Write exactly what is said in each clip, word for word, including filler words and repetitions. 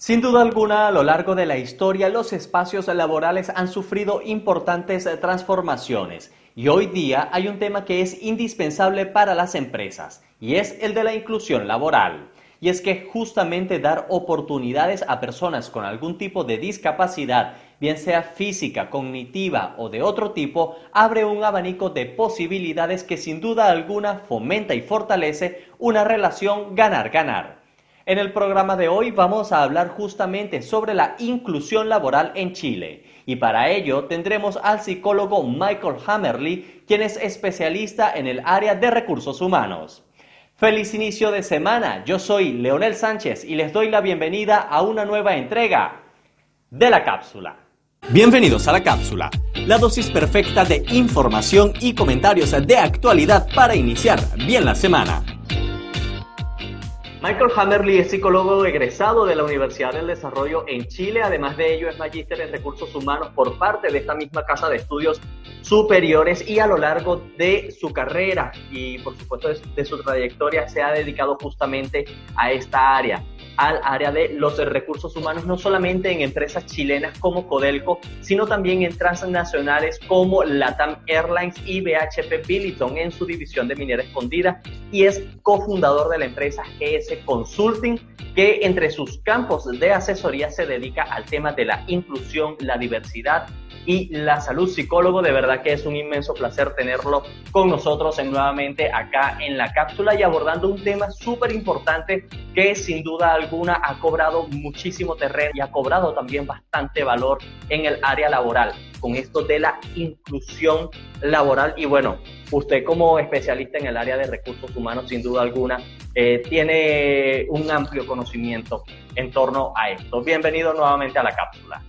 Sin duda alguna, a lo largo de la historia, los espacios laborales han sufrido importantes transformaciones y hoy día hay un tema que es indispensable para las empresas y es el de la inclusión laboral. Y es que justamente dar oportunidades a personas con algún tipo de discapacidad, bien sea física, cognitiva o de otro tipo, abre un abanico de posibilidades que sin duda alguna fomenta y fortalece una relación ganar-ganar. En el programa de hoy vamos a hablar justamente sobre la inclusión laboral en Chile y para ello tendremos al psicólogo Michael Hammerly, quien es especialista en el área de recursos humanos. Feliz inicio de semana, yo soy Leonel Sánchez y les doy la bienvenida a una nueva entrega de La Cápsula. Bienvenidos a La Cápsula, la dosis perfecta de información y comentarios de actualidad para iniciar bien la semana. Michael Hammerly es psicólogo egresado de la Universidad del Desarrollo en Chile, además de ello es magíster en recursos humanos por parte de esta misma casa de estudios superiores y a lo largo de su carrera y por supuesto de su trayectoria se ha dedicado justamente a esta área, al área de los recursos humanos, no solamente en empresas chilenas como Codelco, sino también en transnacionales como LATAM Airlines y B H P Billiton en su división de Minera Escondida y es cofundador de la empresa G S Consulting, que entre sus campos de asesoría se dedica al tema de la inclusión, la diversidad y la salud. Psicólogo, de verdad que es un inmenso placer tenerlo con nosotros en, nuevamente acá en La Cápsula y abordando un tema súper importante que sin duda alguna ha cobrado muchísimo terreno y ha cobrado también bastante valor en el área laboral, con esto de la inclusión laboral. Y bueno, usted como especialista en el área de recursos humanos, sin duda alguna, eh, tiene un amplio conocimiento en torno a esto. Bienvenido nuevamente a La Cápsula.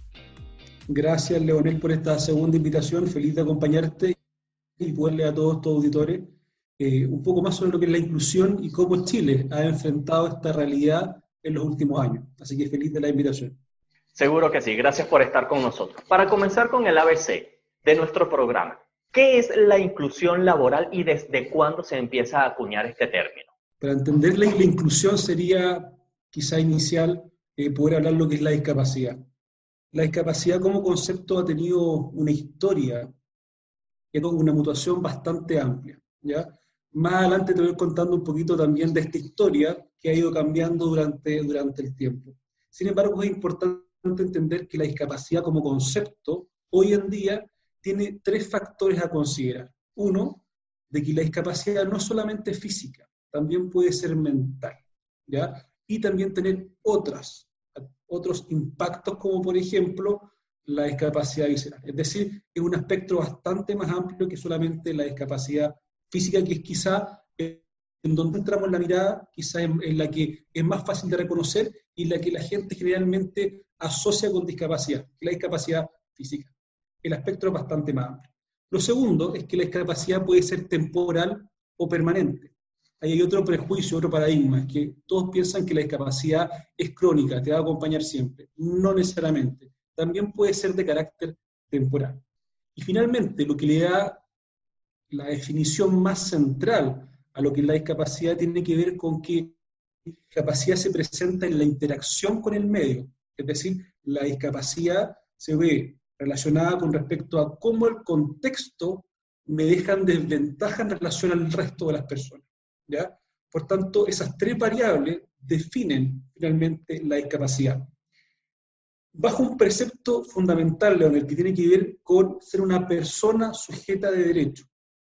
Gracias, Leonel, por esta segunda invitación. Feliz de acompañarte y poderle a todos tus auditores eh, un poco más sobre lo que es la inclusión y cómo Chile ha enfrentado esta realidad en los últimos años. Así que feliz de la invitación. Seguro que sí. Gracias por estar con nosotros. Para comenzar con el A B C de nuestro programa, ¿qué es la inclusión laboral y desde cuándo se empieza a acuñar este término? Para entender la, la inclusión sería quizá inicial eh, poder hablar lo que es la discapacidad. La discapacidad como concepto ha tenido una historia, una mutación bastante amplia, ¿ya? Más adelante te voy contando un poquito también de esta historia que ha ido cambiando durante, durante el tiempo. Sin embargo, es importante entender que la discapacidad como concepto hoy en día tiene tres factores a considerar. Uno, de que la discapacidad no es solamente física, también puede ser mental, ¿ya? Y también tener otras otros impactos como por ejemplo la discapacidad visceral. Es decir, es un aspecto bastante más amplio que solamente la discapacidad física, que es quizá en donde entramos en la mirada, quizá en, en la que es más fácil de reconocer y la que la gente generalmente asocia con discapacidad, la discapacidad física. El aspecto es bastante más amplio. Lo segundo es que la discapacidad puede ser temporal o permanente. Ahí hay otro prejuicio, otro paradigma, es que todos piensan que la discapacidad es crónica, te va a acompañar siempre. No necesariamente. También puede ser de carácter temporal. Y finalmente, lo que le da la definición más central a lo que es la discapacidad tiene que ver con que la discapacidad se presenta en la interacción con el medio. Es decir, la discapacidad se ve relacionada con respecto a cómo el contexto me deja en desventaja en relación al resto de las personas, ¿ya? Por tanto, esas tres variables definen finalmente la discapacidad. Bajo un precepto fundamental, Leonel, que tiene que ver con ser una persona sujeta de derecho.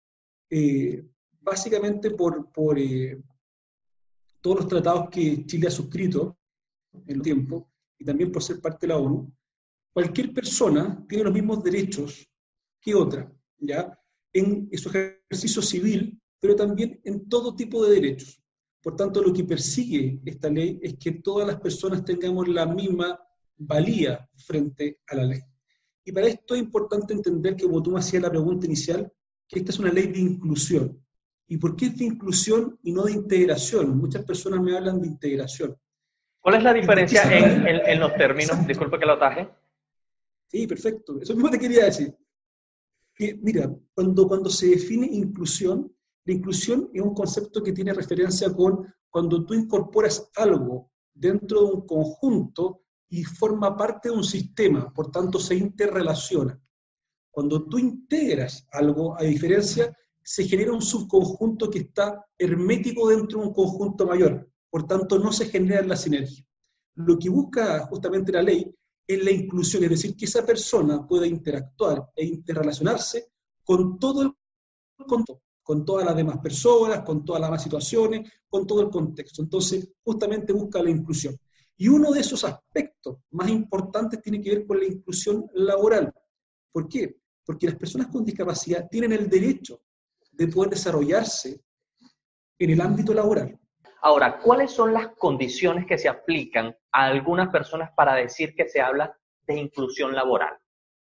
Eh, básicamente por, por eh, todos los tratados que Chile ha suscrito en el tiempo, y también por ser parte de la ONU, cualquier persona tiene los mismos derechos que otra, ¿ya? En su ejercicio civil, pero también en todo tipo de derechos. Por tanto, lo que persigue esta ley es que todas las personas tengamos la misma valía frente a la ley. Y para esto es importante entender que, como tú me hacías la pregunta inicial, que esta es una ley de inclusión. ¿Y por qué es de inclusión y no de integración? Muchas personas me hablan de integración. ¿Cuál es la diferencia en, en, en los términos? Disculpe que lo ataje. Sí, perfecto. Eso mismo te quería decir. Que, mira, cuando, cuando se define inclusión, la inclusión es un concepto que tiene referencia con cuando tú incorporas algo dentro de un conjunto y forma parte de un sistema, por tanto se interrelaciona. Cuando tú integras algo, a diferencia, se genera un subconjunto que está hermético dentro de un conjunto mayor, por tanto no se genera la sinergia. Lo que busca justamente la ley es la inclusión, es decir, que esa persona pueda interactuar e interrelacionarse con todo el contexto, con todas las demás personas, con todas las demás situaciones, con todo el contexto. Entonces, justamente busca la inclusión. Y uno de esos aspectos más importantes tiene que ver con la inclusión laboral. ¿Por qué? Porque las personas con discapacidad tienen el derecho de poder desarrollarse en el ámbito laboral. Ahora, ¿cuáles son las condiciones que se aplican a algunas personas para decir que se habla de inclusión laboral?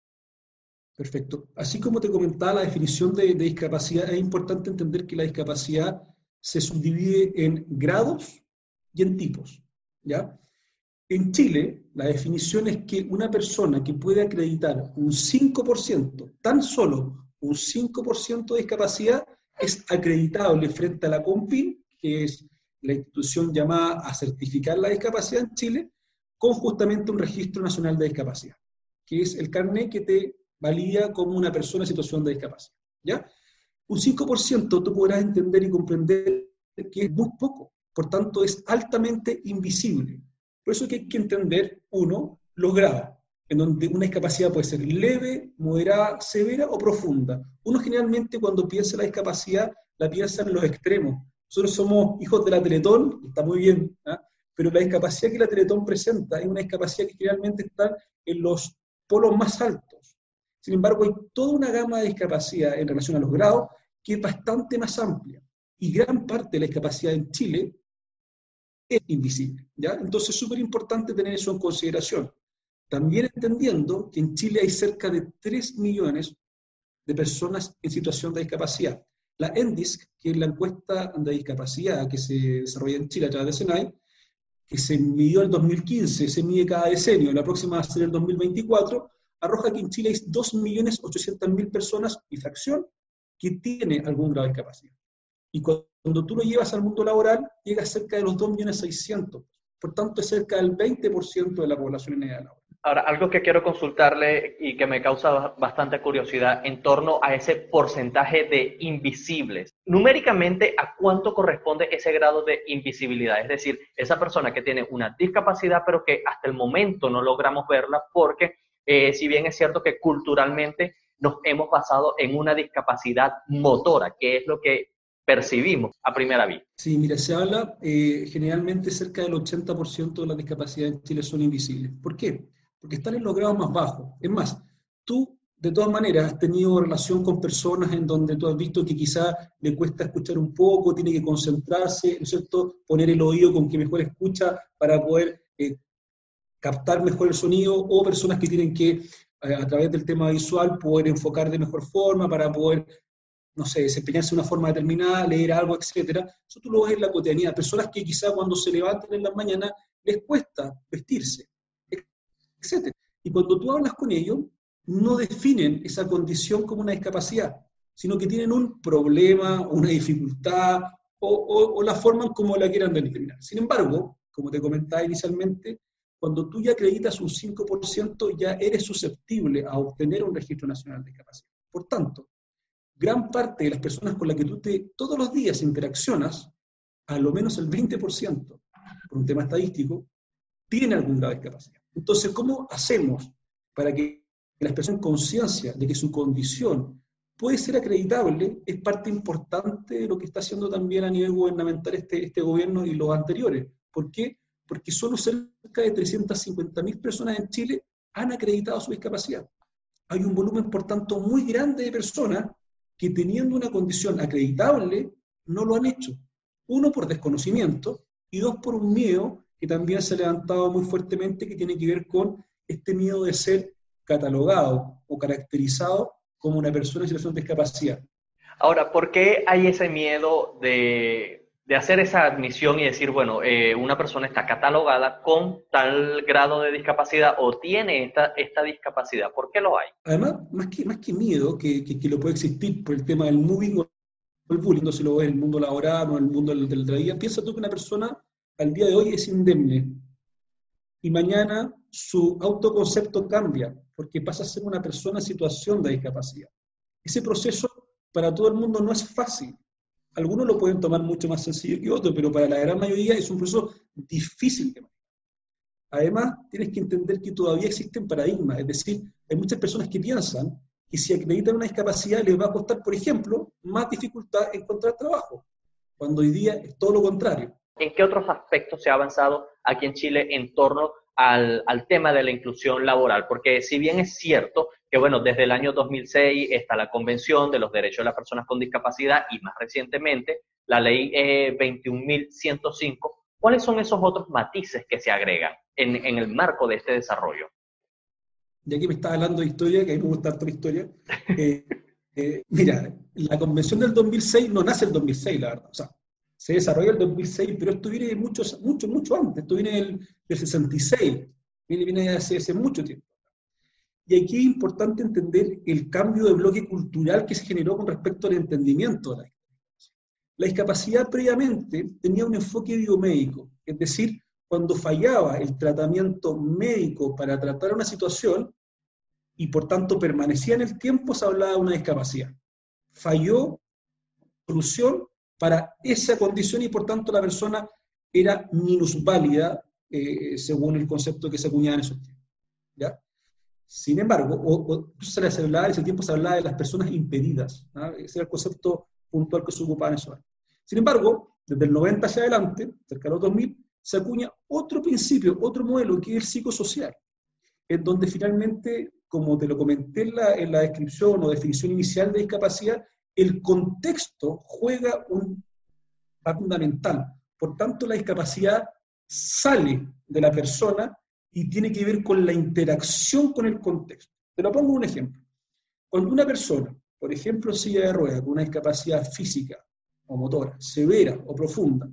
Perfecto. Así como te comentaba la definición de, de discapacidad, es importante entender que la discapacidad se subdivide en grados y en tipos, ¿ya? En Chile, la definición es que una persona que puede acreditar un cinco por ciento, tan solo un cinco por ciento de discapacidad, es acreditable frente a la CONFIN, que es la institución llamada a certificar la discapacidad en Chile, con justamente un registro nacional de discapacidad, que es el carnet que te valida como una persona en situación de discapacidad, ¿ya? Un cinco por ciento tú podrás entender y comprender que es muy poco, por tanto es altamente invisible. Por eso que hay que entender, uno, los grados, en donde una discapacidad puede ser leve, moderada, severa o profunda. Uno generalmente cuando piensa en la discapacidad, la piensa en los extremos. Nosotros somos hijos de la Teletón, está muy bien, ¿eh? Pero la discapacidad que la Teletón presenta es una discapacidad que generalmente está en los polos más altos. Sin embargo, hay toda una gama de discapacidad en relación a los grados que es bastante más amplia. Y gran parte de la discapacidad en Chile es invisible, ¿ya? Entonces es súper importante tener eso en consideración. También entendiendo que en Chile hay cerca de tres millones de personas en situación de discapacidad. La ENDISC, que es la encuesta de discapacidad que se desarrolla en Chile a través de SENAI, que se midió en el dos mil quince, se mide cada decenio, la próxima va a ser el dos mil veinticuatro, arroja que en Chile hay dos millones ochocientas mil personas y fracción que tienen algún grado de discapacidad. Y cuando tú lo llevas al mundo laboral, llegas cerca de los dos millones seiscientos mil. Por tanto, es cerca del veinte por ciento de la población en edad laboral. Ahora, algo que quiero consultarle y que me causa bastante curiosidad en torno a ese porcentaje de invisibles. Numéricamente, ¿a cuánto corresponde ese grado de invisibilidad? Es decir, esa persona que tiene una discapacidad, pero que hasta el momento no logramos verla porque, eh, si bien es cierto que culturalmente nos hemos basado en una discapacidad motora, que es lo que percibimos a primera vista. Sí, mira, se habla, eh, generalmente cerca del ochenta por ciento de las discapacidades en Chile son invisibles. ¿Por qué? Porque están en los grados más bajos. Es más, tú de todas maneras has tenido relación con personas en donde tú has visto que quizá le cuesta escuchar un poco, tiene que concentrarse, ¿no es cierto?, poner el oído con que mejor escucha para poder eh, captar mejor el sonido, o personas que tienen que, eh, a través del tema visual, poder enfocar de mejor forma para poder, no sé, desempeñarse de una forma determinada, leer algo, etcétera. Eso tú lo ves en la cotidianidad. Personas que quizá cuando se levantan en la mañana les cuesta vestirse, etcétera. Y cuando tú hablas con ellos, no definen esa condición como una discapacidad, sino que tienen un problema, una dificultad, o, o, o la forman como la quieran determinar. Sin embargo, como te comentaba inicialmente, cuando tú ya acreditas un cinco por ciento, ya eres susceptible a obtener un registro nacional de discapacidad. Por tanto, gran parte de las personas con las que tú te, todos los días interaccionas, a lo menos el veinte por ciento, por un tema estadístico, tiene algún grado de discapacidad. Entonces, ¿cómo hacemos para que las personas tengan conciencia de que su condición puede ser acreditable? Es parte importante de lo que está haciendo también a nivel gubernamental este, este gobierno y los anteriores. ¿Por qué? Porque solo cerca de trescientas cincuenta mil personas en Chile han acreditado su discapacidad. Hay un volumen, por tanto, muy grande de personas que teniendo una condición acreditable no lo han hecho. Uno, por desconocimiento, y dos, por un miedo que también se ha levantado muy fuertemente, que tiene que ver con este miedo de ser catalogado o caracterizado como una persona en situación de discapacidad. Ahora, ¿por qué hay ese miedo de, de hacer esa admisión y decir, bueno, eh, una persona está catalogada con tal grado de discapacidad o tiene esta, esta discapacidad? ¿Por qué lo hay? Además, más que, más que miedo, que, que, que lo puede existir por el tema del moving o el bullying, no se lo ve en el mundo laboral o en el mundo del, del día, piensa tú que una persona al día de hoy es indemne. y mañana su autoconcepto cambia, porque pasa a ser una persona en situación de discapacidad. Ese proceso para todo el mundo no es fácil. Algunos lo pueden tomar mucho más sencillo que otros, pero para la gran mayoría es un proceso difícil de manejar. Además, tienes que entender que todavía existen paradigmas, es decir, hay muchas personas que piensan que si acreditan una discapacidad les va a costar, por ejemplo, más dificultad encontrar trabajo, cuando hoy día es todo lo contrario. ¿En qué otros aspectos se ha avanzado aquí en Chile en torno al, al tema de la inclusión laboral? Porque si bien es cierto que, bueno, desde el año dos mil seis está la Convención de los Derechos de las Personas con Discapacidad y más recientemente la Ley eh, veintiún mil ciento cinco, ¿cuáles son esos otros matices que se agregan en, en el marco de este desarrollo? Ya que me estás hablando de historia, que a mí me gusta harto la historia, eh, eh, mira, la Convención del dos mil seis no nace el dos mil seis, la verdad. O sea, se desarrolla el dos mil seis, pero esto viene mucho, mucho, mucho antes. Esto viene del, del sesenta y seis, viene, viene hace, hace mucho tiempo. Y aquí es importante entender el cambio de bloque cultural que se generó con respecto al entendimiento de la discapacidad. La discapacidad previamente tenía un enfoque biomédico, es decir, cuando fallaba el tratamiento médico para tratar una situación y por tanto permanecía en el tiempo, se hablaba de una discapacidad. Falló solución para esa condición y por tanto la persona era minusválida eh, según el concepto que se acuñaba en esos tiempos. ¿Ya? Sin embargo, o, o, se les hablaba, en ese tiempo se hablaba de las personas impedidas, ¿no? Ese era el concepto puntual que se ocupaba en esos años. Sin embargo, desde el noventa hacia adelante, cerca de los dos mil, se acuña otro principio, otro modelo, que es el psicosocial, en donde finalmente, como te lo comenté en la, en la descripción o definición inicial de discapacidad, el contexto juega un papel fundamental. Por tanto, la discapacidad sale de la persona y tiene que ver con la interacción con el contexto. Te lo pongo un ejemplo. Cuando una persona, por ejemplo, en silla de ruedas, con una discapacidad física o motora, severa o profunda,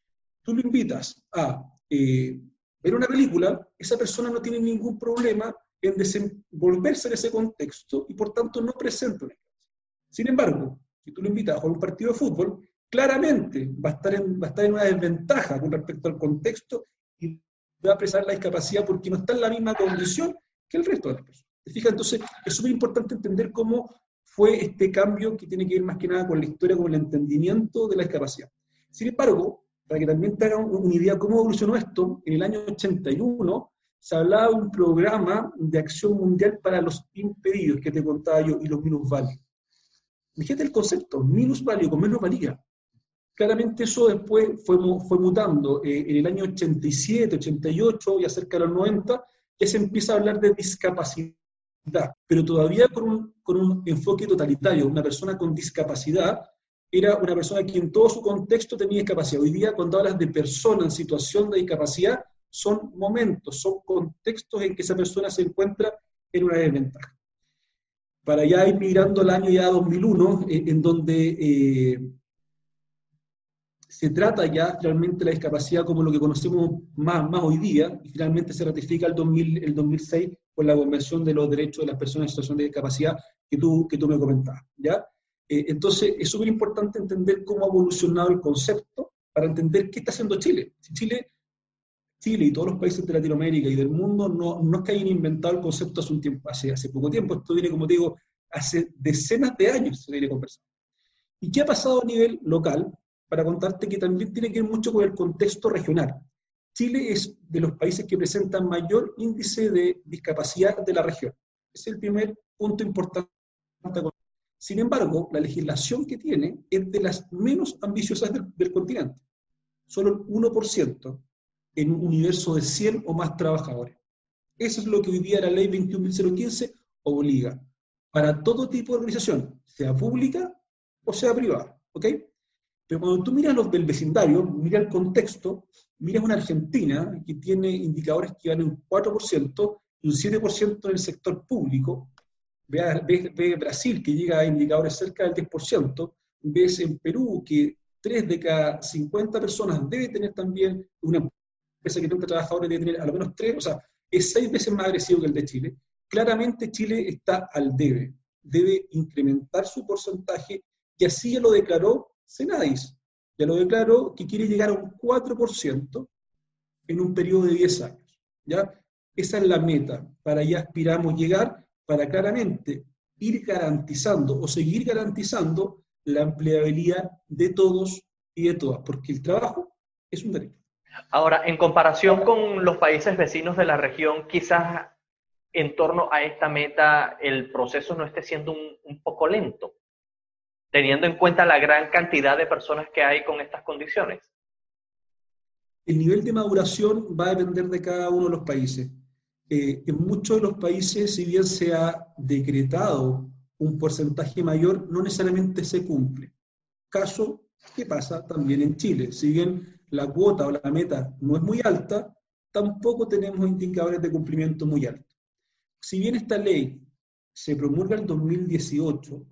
tú lo invitas a eh, ver una película, esa persona no tiene ningún problema en desenvolverse en ese contexto y por tanto no presenta una discapacidad. Sin embargo, si tú lo invitas a jugar un partido de fútbol, claramente va a estar en, va a estar en una desventaja con respecto al contexto y va a presentar la discapacidad porque no está en la misma condición que el resto de las personas. ¿Te fijas? Entonces, es súper importante entender cómo fue este cambio que tiene que ver más que nada con la historia, con el entendimiento de la discapacidad. Sin embargo, para que también te hagan una idea de cómo evolucionó esto, en el año ochenta y uno se hablaba de un programa de acción mundial para los impedidos, que te contaba yo, y los minusválidos. Fíjate el concepto, minusválido con menos valía. Claramente eso después fue, fue mutando. Eh, en el año ochenta y siete, ochenta y ocho y acerca de los noventa, ya se empieza a hablar de discapacidad, pero todavía con un, con un enfoque totalitario. Una persona con discapacidad era una persona que en todo su contexto tenía discapacidad. Hoy día, cuando hablas de persona en situación de discapacidad, son momentos, son contextos en que esa persona se encuentra en una desventaja. Para ya ir mirando al año ya dos mil uno, eh, en donde eh, se trata ya realmente la discapacidad como lo que conocemos más, más hoy día, y finalmente se ratifica el, dos mil, el dos mil seis con la Convención de los Derechos de las Personas en Situación de Discapacidad que tú, que tú me comentabas, ¿ya? Eh, entonces, es súper importante entender cómo ha evolucionado el concepto para entender qué está haciendo Chile. Si Chile, Chile y todos los países de Latinoamérica y del mundo no, no es que hayan inventado el concepto hace un tiempo, hace, hace poco tiempo, esto viene, como te digo, hace decenas de años se viene conversando. ¿Y qué ha pasado a nivel local? Para contarte que también tiene que ver mucho con el contexto regional. Chile es de los países que presentan mayor índice de discapacidad de la región. Es el primer punto importante. Sin embargo, la legislación que tiene es de las menos ambiciosas del, del continente. Solo el uno por ciento en un universo de cien o más trabajadores. Eso es lo que hoy día la ley veintiún mil quince obliga para todo tipo de organización, sea pública o sea privada. ¿Ok? Pero cuando tú miras los del vecindario, miras el contexto, miras una Argentina que tiene indicadores que van en un cuatro por ciento y un siete por ciento en el sector público, ves ve, ve Brasil que llega a indicadores cerca del diez por ciento, ves en Perú que tres de cada cincuenta personas debe tener también una empresa que treinta trabajadores debe tener a lo menos tres, o sea, es seis veces más agresivo que el de Chile. Claramente Chile está al debe, debe incrementar su porcentaje y así ya lo declaró Senadis, ya lo declaró que quiere llegar a un cuatro por ciento en un periodo de diez años. ¿ya? Esa es la meta, para allá aspiramos llegar, para claramente ir garantizando o seguir garantizando la empleabilidad de todos y de todas, porque el trabajo es un derecho. Ahora, en comparación con los países vecinos de la región, quizás en torno a esta meta el proceso no esté siendo un, un poco lento, teniendo en cuenta la gran cantidad de personas que hay con estas condiciones. El nivel de maduración va a depender de cada uno de los países. Eh, en muchos de los países, si bien se ha decretado un porcentaje mayor, no necesariamente se cumple. Caso que pasa también en Chile. Si bien la cuota o la meta no es muy alta, tampoco tenemos indicadores de cumplimiento muy altos. Si bien esta ley se promulga en dos mil dieciocho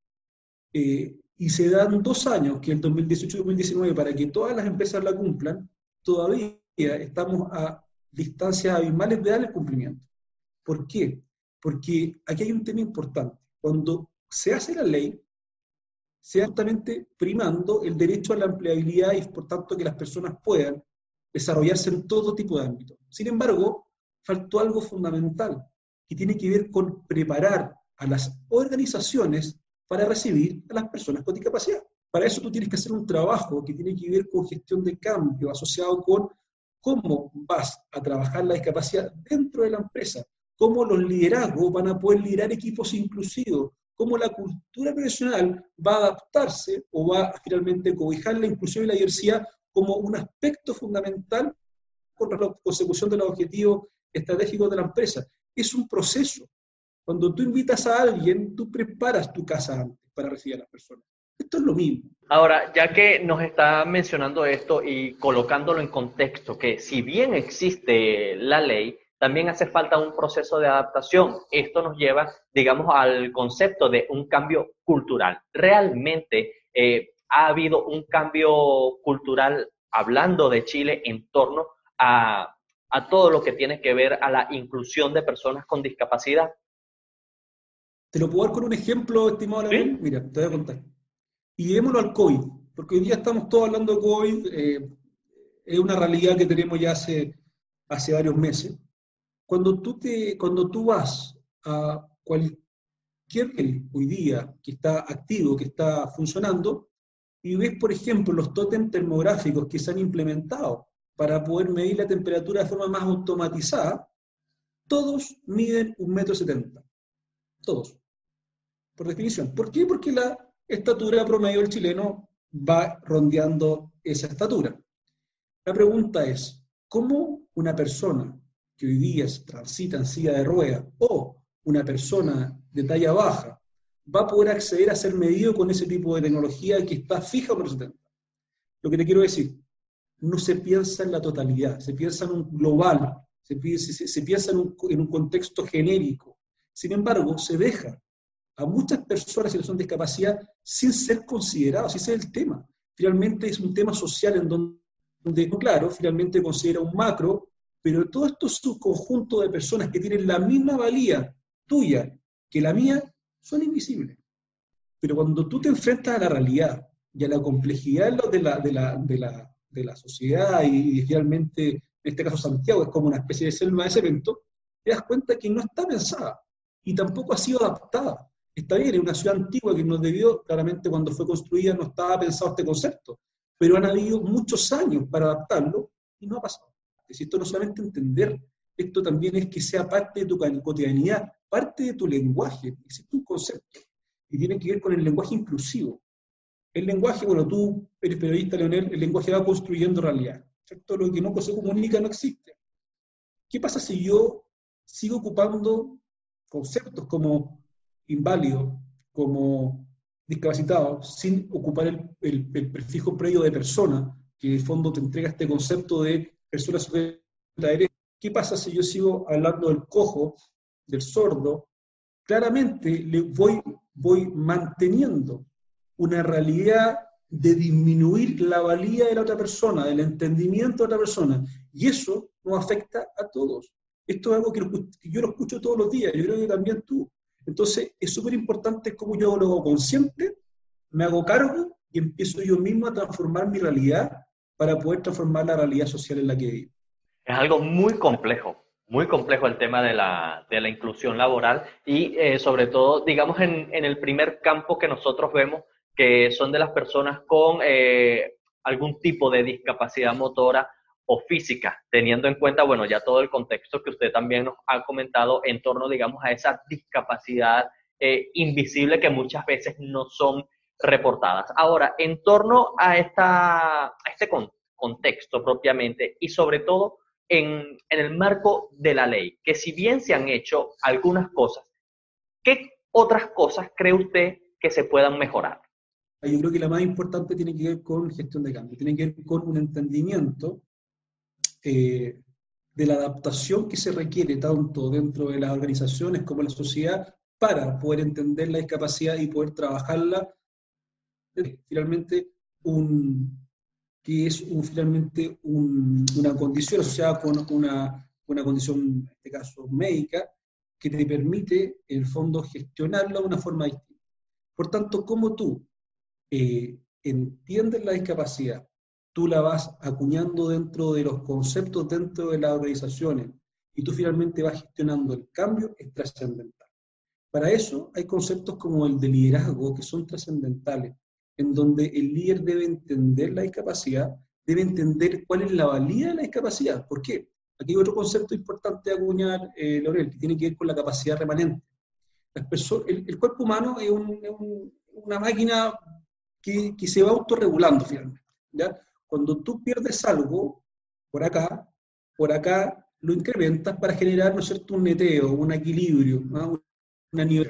eh, y se dan dos años, que es el dos mil dieciocho y dos mil diecinueve, para que todas las empresas la cumplan, todavía estamos a distancias abismales de dar el cumplimiento. ¿Por qué? Porque aquí hay un tema importante. Cuando se hace la ley, se va justamente primando el derecho a la empleabilidad y por tanto que las personas puedan desarrollarse en todo tipo de ámbitos. Sin embargo, faltó algo fundamental, que tiene que ver con preparar a las organizaciones para recibir a las personas con discapacidad. Para eso tú tienes que hacer un trabajo que tiene que ver con gestión de cambio, asociado con cómo vas a trabajar la discapacidad dentro de la empresa, cómo los liderazgos van a poder liderar equipos inclusivos, cómo la cultura profesional va a adaptarse o va a finalmente cobijar la inclusión y la diversidad como un aspecto fundamental contra la consecución de los objetivos estratégicos de la empresa. Es un proceso. Cuando tú invitas a alguien, tú preparas tu casa antes para recibir a las personas. Esto es lo mismo. Ahora, ya que nos está mencionando esto y colocándolo en contexto, que si bien existe la ley, también hace falta un proceso de adaptación. Esto nos lleva, digamos, al concepto de un cambio cultural. Realmente eh, ha habido un cambio cultural, hablando de Chile, en torno a, a todo lo que tiene que ver a la inclusión de personas con discapacidad. ¿Te lo puedo dar con un ejemplo, estimado Leonel? ¿Sí? Mira, te voy a contar. Y llevémoslo al COVID, porque hoy día estamos todos hablando de COVID, eh, es una realidad que tenemos ya hace, hace varios meses. Cuando tú, te, cuando tú vas a cualquier hoy día que está activo, que está funcionando, y ves, por ejemplo, los tótems termográficos que se han implementado para poder medir la temperatura de forma más automatizada, todos miden un metro setenta. Todos. Por definición. ¿Por qué? Porque la estatura promedio del chileno va rondeando esa estatura. La pregunta es, ¿cómo una persona que hoy día transita en silla de ruedas o una persona de talla baja va a poder acceder a ser medido con ese tipo de tecnología que está fija por los setenta? Lo que te quiero decir, no se piensa en la totalidad, se piensa en un global, se, se, se piensa en un, en un contexto genérico. Sin embargo, se deja a muchas personas en situación de discapacidad sin ser considerados, ese es el tema. Finalmente es un tema social en donde, donde claro, finalmente considera un macro, pero todo esto es un conjunto de personas que tienen la misma valía tuya que la mía, son invisibles. Pero cuando tú te enfrentas a la realidad y a la complejidad de la, de la, de la, de la sociedad y, y finalmente, en este caso Santiago, es como una especie de selva de cemento, te das cuenta que no está pensada y tampoco ha sido adaptada. Está bien, es una ciudad antigua que nos debió, claramente cuando fue construida no estaba pensado este concepto, pero han habido muchos años para adaptarlo y no ha pasado. Es decir, esto no solamente entender, esto también es que sea parte de tu cotidianidad, parte de tu lenguaje. Existe un concepto y tiene que ver con el lenguaje inclusivo. El lenguaje, bueno, tú eres periodista, Leonel, el lenguaje va construyendo realidad. ¿Cierto? Lo que no se comunica no existe. ¿Qué pasa si yo sigo ocupando conceptos como inválido, como discapacitado, sin ocupar el, el, el prefijo previo de persona, que en el fondo te entrega este concepto de persona sujeta a derecho? ¿Qué pasa si yo sigo hablando del cojo, del sordo? Claramente le voy, voy manteniendo una realidad de disminuir la valía de la otra persona, del entendimiento de la otra persona, y eso nos afecta a todos. Esto es algo que, lo, que yo lo escucho todos los días, yo creo que también tú. Entonces, es súper importante cómo yo lo hago consciente, me hago cargo y empiezo yo mismo a transformar mi realidad para poder transformar la realidad social en la que vivo. Es algo muy complejo. Muy complejo el tema de la, de la inclusión laboral y eh, sobre todo, digamos, en, en el primer campo que nosotros vemos, que son de las personas con eh, algún tipo de discapacidad motora o física, teniendo en cuenta, bueno, ya todo el contexto que usted también nos ha comentado en torno, digamos, a esa discapacidad eh, invisible que muchas veces no son reportadas. Ahora, en torno a, esta, a este con, contexto propiamente y sobre todo, en, en el marco de la ley, que si bien se han hecho algunas cosas, ¿qué otras cosas cree usted que se puedan mejorar? Yo creo que la más importante tiene que ver con gestión de cambio, tiene que ver con un entendimiento eh, de la adaptación que se requiere tanto dentro de las organizaciones como en la sociedad para poder entender la discapacidad y poder trabajarla. Finalmente, un, que es un, finalmente un, una condición asociada con una, una condición, en este caso médica, que te permite, en el fondo, gestionarla de una forma distinta. Por tanto, como tú eh, entiendes la discapacidad, tú la vas acuñando dentro de los conceptos, dentro de las organizaciones, y tú finalmente vas gestionando el cambio, es trascendental. Para eso hay conceptos como el de liderazgo que son trascendentales, en donde el líder debe entender la discapacidad, debe entender cuál es la valía de la discapacidad. ¿Por qué? Aquí hay otro concepto importante de acuñar, eh, Laurel, que tiene que ver con la capacidad remanente. Las personas, el, el cuerpo humano es, un, es un, una máquina que, que se va autorregulando finalmente, ¿ya? Cuando tú pierdes algo, por acá, por acá lo incrementas para generar, ¿no es cierto?, un neteo, un equilibrio, ¿no?, una nivel.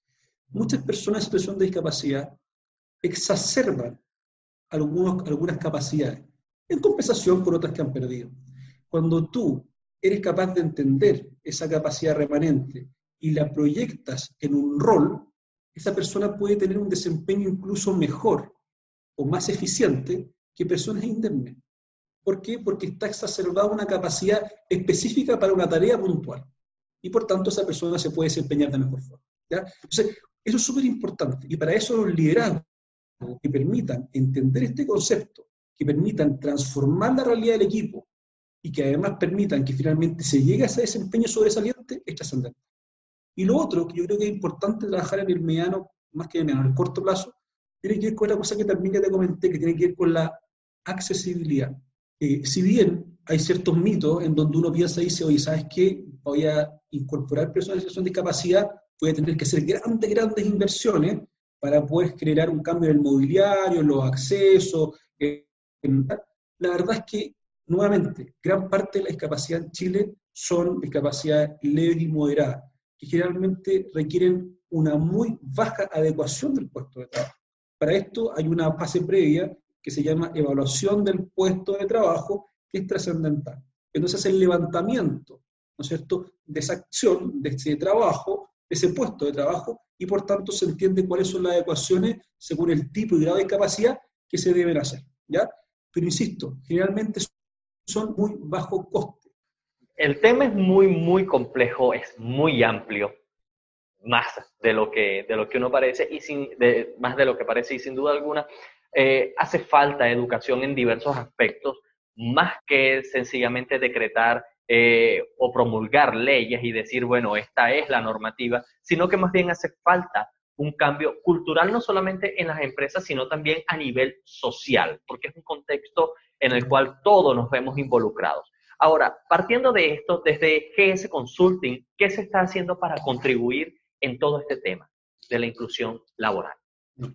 Muchas personas en situación de discapacidad exacerban algunos, algunas capacidades, en compensación por otras que han perdido. Cuando tú eres capaz de entender esa capacidad remanente y la proyectas en un rol, esa persona puede tener un desempeño incluso mejor o más eficiente que personas indemnes. ¿Por qué? Porque está exacerbada una capacidad específica para una tarea puntual. Y por tanto esa persona se puede desempeñar de mejor forma, ¿ya? Entonces, eso es súper importante. Y para eso los liderazgos que permitan entender este concepto, que permitan transformar la realidad del equipo y que además permitan que finalmente se llegue a ese desempeño sobresaliente, es trascendente. Y lo otro, que yo creo que es importante trabajar en el mediano, más que en el mediano, en el corto plazo, tiene que ver con la cosa que también ya te comenté, que tiene que ver con la accesibilidad. Eh, si bien hay ciertos mitos en donde uno piensa y dice, oye, ¿sabes qué? Voy a incorporar personas en situación de discapacidad, voy a tener que hacer grandes, grandes inversiones para poder generar un cambio en el mobiliario, en los accesos. Eh, en... La verdad es que, nuevamente, gran parte de la discapacidad en Chile son discapacidades leves y moderadas, que generalmente requieren una muy baja adecuación del puesto de trabajo. Para esto hay una fase previa que se llama evaluación del puesto de trabajo, que es trascendental. Entonces el levantamiento, ¿no es cierto?, de esa acción, de ese trabajo, de ese puesto de trabajo, y por tanto se entiende cuáles son las adecuaciones según el tipo y grado de discapacidad que se deben hacer, ¿ya? Pero insisto, generalmente son muy bajo coste. El tema es muy, muy complejo, es muy amplio, más de lo que, de lo que uno parece, y sin, de, más de lo que parece, y sin duda alguna, eh, hace falta educación en diversos aspectos, más que sencillamente decretar eh, o promulgar leyes y decir, bueno, esta es la normativa, sino que más bien hace falta un cambio cultural, no solamente en las empresas, sino también a nivel social, porque es un contexto en el cual todos nos vemos involucrados. Ahora, partiendo de esto, desde G S Consulting, ¿qué se está haciendo para contribuir en todo este tema de la inclusión laboral? No.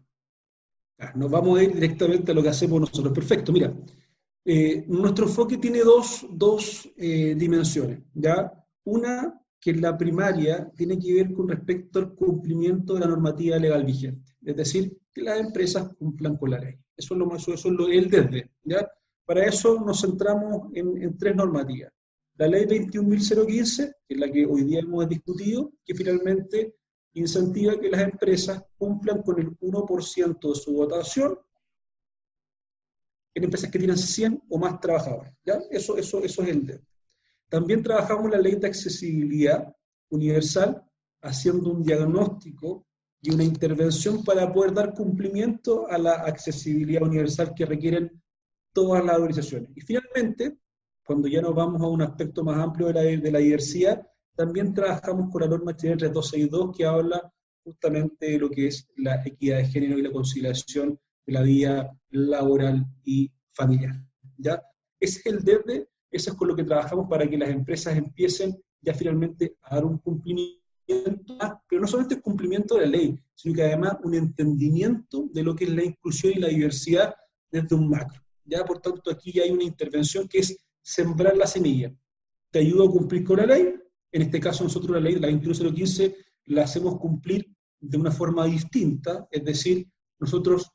Nos vamos a ir directamente a lo que hacemos nosotros. Perfecto, mira, eh, nuestro enfoque tiene dos, dos eh, dimensiones, ¿ya? Una, que es la primaria, tiene que ver con respecto al cumplimiento de la normativa legal vigente, es decir, que las empresas cumplan con la ley. Eso es, lo, eso, eso es lo, el desde, ¿ya? Para eso nos centramos en, en tres normativas. La ley veintiún mil quince, que es la que hoy día hemos discutido, que finalmente incentiva que las empresas cumplan con el uno por ciento de su votación en empresas que tienen cien o más trabajadores, ¿ya? Eso, eso, eso es el D E P. También trabajamos la ley de accesibilidad universal, haciendo un diagnóstico y una intervención para poder dar cumplimiento a la accesibilidad universal que requieren todas las organizaciones. Y finalmente, cuando ya nos vamos a un aspecto más amplio de la, de la diversidad, también trabajamos con la norma tres mil doscientos sesenta y dos que habla justamente de lo que es la equidad de género y la conciliación de la vida laboral y familiar. ¿Ya? Ese es el desde, eso es con lo que trabajamos para que las empresas empiecen ya finalmente a dar un cumplimiento, pero no solamente el cumplimiento de la ley, sino que además un entendimiento de lo que es la inclusión y la diversidad desde un macro. ¿Ya? Por tanto, aquí ya hay una intervención que es sembrar la semilla. Te ayudo a cumplir con la ley, en este caso nosotros la ley de la veintiuno cero quince la hacemos cumplir de una forma distinta, es decir, nosotros,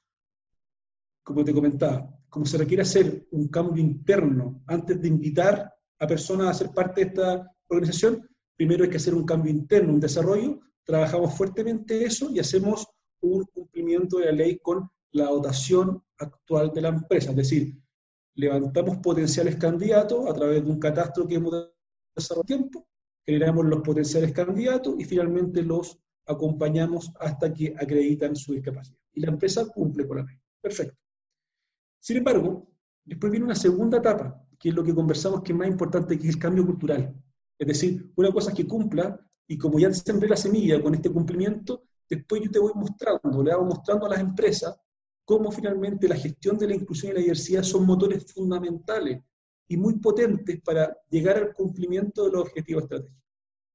como te comentaba, como se requiere hacer un cambio interno antes de invitar a personas a ser parte de esta organización, primero hay que hacer un cambio interno, un desarrollo, trabajamos fuertemente eso y hacemos un cumplimiento de la ley con la dotación actual de la empresa, es decir, levantamos potenciales candidatos a través de un catastro que hemos desarrollado tiempo, generamos los potenciales candidatos y finalmente los acompañamos hasta que acreditan su discapacidad. Y la empresa cumple con la ley. Perfecto. Sin embargo, después viene una segunda etapa, que es lo que conversamos que es más importante, que es el cambio cultural. Es decir, una cosa es que cumpla, y como ya sembré la semilla con este cumplimiento, después yo te voy mostrando, le hago mostrando a las empresas cómo finalmente la gestión de la inclusión y la diversidad son motores fundamentales y muy potentes para llegar al cumplimiento de los objetivos estratégicos.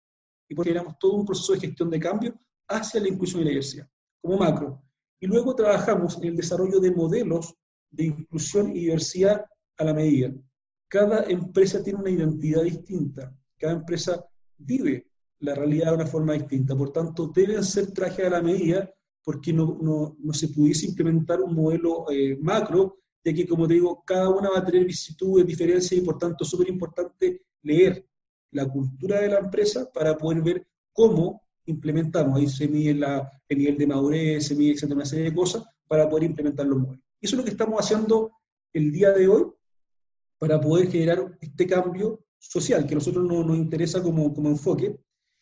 Y porque generamos todo un proceso de gestión de cambio hacia la inclusión y la diversidad, como macro. Y luego trabajamos en el desarrollo de modelos de inclusión y diversidad a la medida. Cada empresa tiene una identidad distinta, cada empresa vive la realidad de una forma distinta, por tanto deben ser trajes a la medida porque no, no, no se pudiese implementar un modelo eh, macro, ya que, como te digo, cada una va a tener vicisitudes, diferencias, y por tanto es súper importante leer la cultura de la empresa para poder ver cómo implementamos. Ahí se mide la, el nivel de madurez, se mide etcétera, una serie de cosas para poder implementar los modelos. Y eso es lo que estamos haciendo el día de hoy para poder generar este cambio social, que a nosotros no, nos interesa como, como enfoque.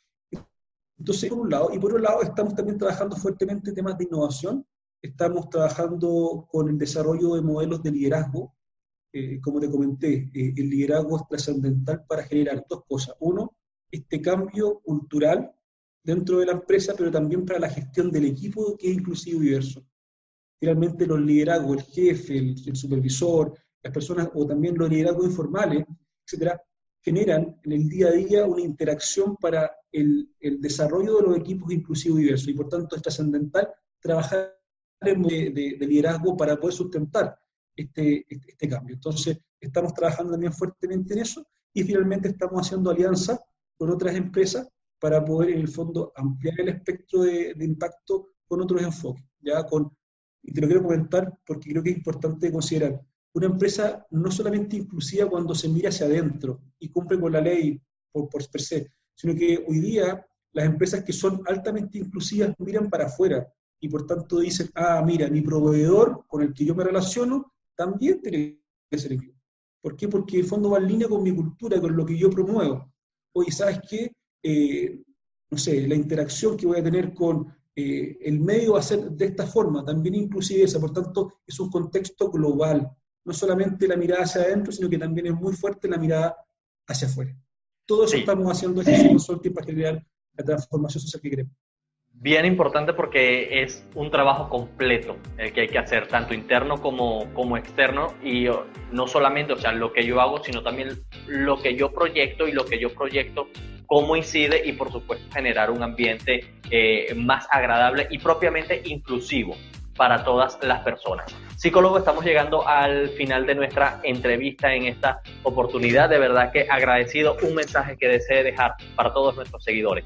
Entonces, por un lado, y por otro lado, estamos también trabajando fuertemente en temas de innovación, estamos trabajando con el desarrollo de modelos de liderazgo, eh, como te comenté, eh, el liderazgo es trascendental para generar dos cosas. Uno, este cambio cultural dentro de la empresa, pero también para la gestión del equipo que es inclusivo y diverso. Finalmente, los liderazgos, el jefe, el, el supervisor, las personas, o también los liderazgos informales, etcétera, generan en el día a día una interacción para el, el desarrollo de los equipos inclusivos y diversos, y por tanto es trascendental trabajar en de, de, de liderazgo para poder sustentar este, este, este cambio. Entonces, estamos trabajando también fuertemente en eso, y finalmente estamos haciendo alianzas con otras empresas para poder, en el fondo, ampliar el espectro de, de impacto con otros enfoques. ¿Ya? Con, y te lo quiero comentar porque creo que es importante considerar. Una empresa no solamente inclusiva cuando se mira hacia adentro y cumple con la ley por, por per se, sino que hoy día las empresas que son altamente inclusivas miran para afuera y por tanto dicen, ah, mira, mi proveedor con el que yo me relaciono también tiene que ser inclusivo. ¿Por qué? Porque en el fondo va en línea con mi cultura, con lo que yo promuevo. Oye, ¿sabes qué? Eh, no sé, la interacción que voy a tener con eh, el medio va a ser de esta forma, también inclusive esa, por tanto es un contexto global. No solamente la mirada hacia adentro, sino que también es muy fuerte la mirada hacia afuera. Todo eso sí. Estamos haciendo ejercicio consulting para generar la transformación social que queremos. Bien importante porque es un trabajo completo el que hay que hacer, tanto interno como, como externo, y no solamente, o sea, lo que yo hago, sino también lo que yo proyecto y lo que yo proyecto, cómo incide y, por supuesto, generar un ambiente eh, más agradable y propiamente inclusivo para todas las personas. Psicólogo, estamos llegando al final de nuestra entrevista en esta oportunidad. De verdad que agradecido. Un mensaje que desee dejar para todos nuestros seguidores.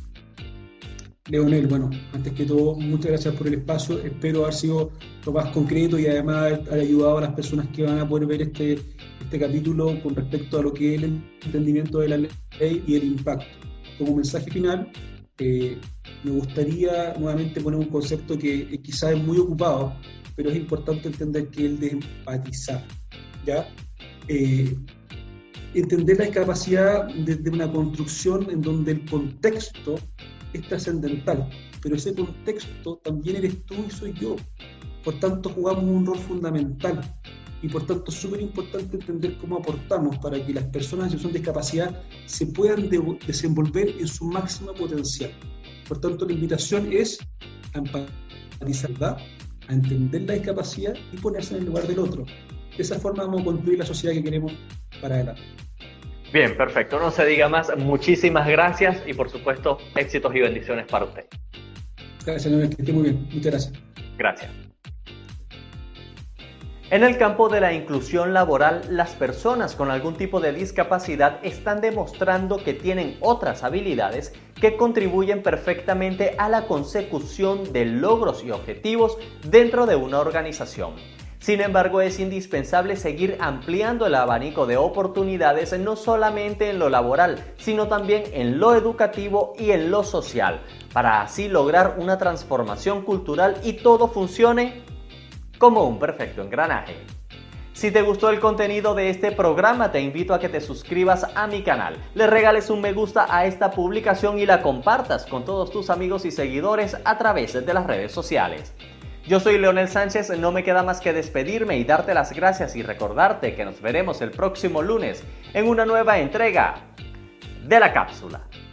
Leonel, bueno, antes que todo, muchas gracias por el espacio. Espero haber sido lo más concreto y además haber ayudado a las personas que van a poder ver este, este capítulo con respecto a lo que es el entendimiento de la ley y el impacto. Como mensaje final, eh, me gustaría nuevamente poner un concepto que, que quizás es muy ocupado, pero es importante entender que es el de empatizar, ¿ya? Eh, entender la discapacidad desde una construcción en donde el contexto es trascendental, pero ese contexto también eres tú y soy yo. Por tanto, jugamos un rol fundamental. y por tanto es súper importante entender cómo aportamos para que las personas en situación de discapacidad se puedan de- desenvolver en su máximo potencial. Por tanto, la invitación es a empatizar, ¿verdad?, a entender la discapacidad y ponerse en el lugar del otro. De esa forma vamos a construir la sociedad que queremos para adelante. Bien, perfecto. No se diga más. Muchísimas gracias y por supuesto éxitos y bendiciones para usted. Gracias, Leonel, que esté muy bien. Muchas gracias. Gracias. En el campo de la inclusión laboral, las personas con algún tipo de discapacidad están demostrando que tienen otras habilidades que contribuyen perfectamente a la consecución de logros y objetivos dentro de una organización. Sin embargo, es indispensable seguir ampliando el abanico de oportunidades no solamente en lo laboral, sino también en lo educativo y en lo social, para así lograr una transformación cultural y todo funcione como un perfecto engranaje. Si te gustó el contenido de este programa, te invito a que te suscribas a mi canal, le regales un me gusta a esta publicación y la compartas con todos tus amigos y seguidores a través de las redes sociales. Yo soy Leonel Sánchez, no me queda más que despedirme y darte las gracias y recordarte que nos veremos el próximo lunes en una nueva entrega de La Cápsula.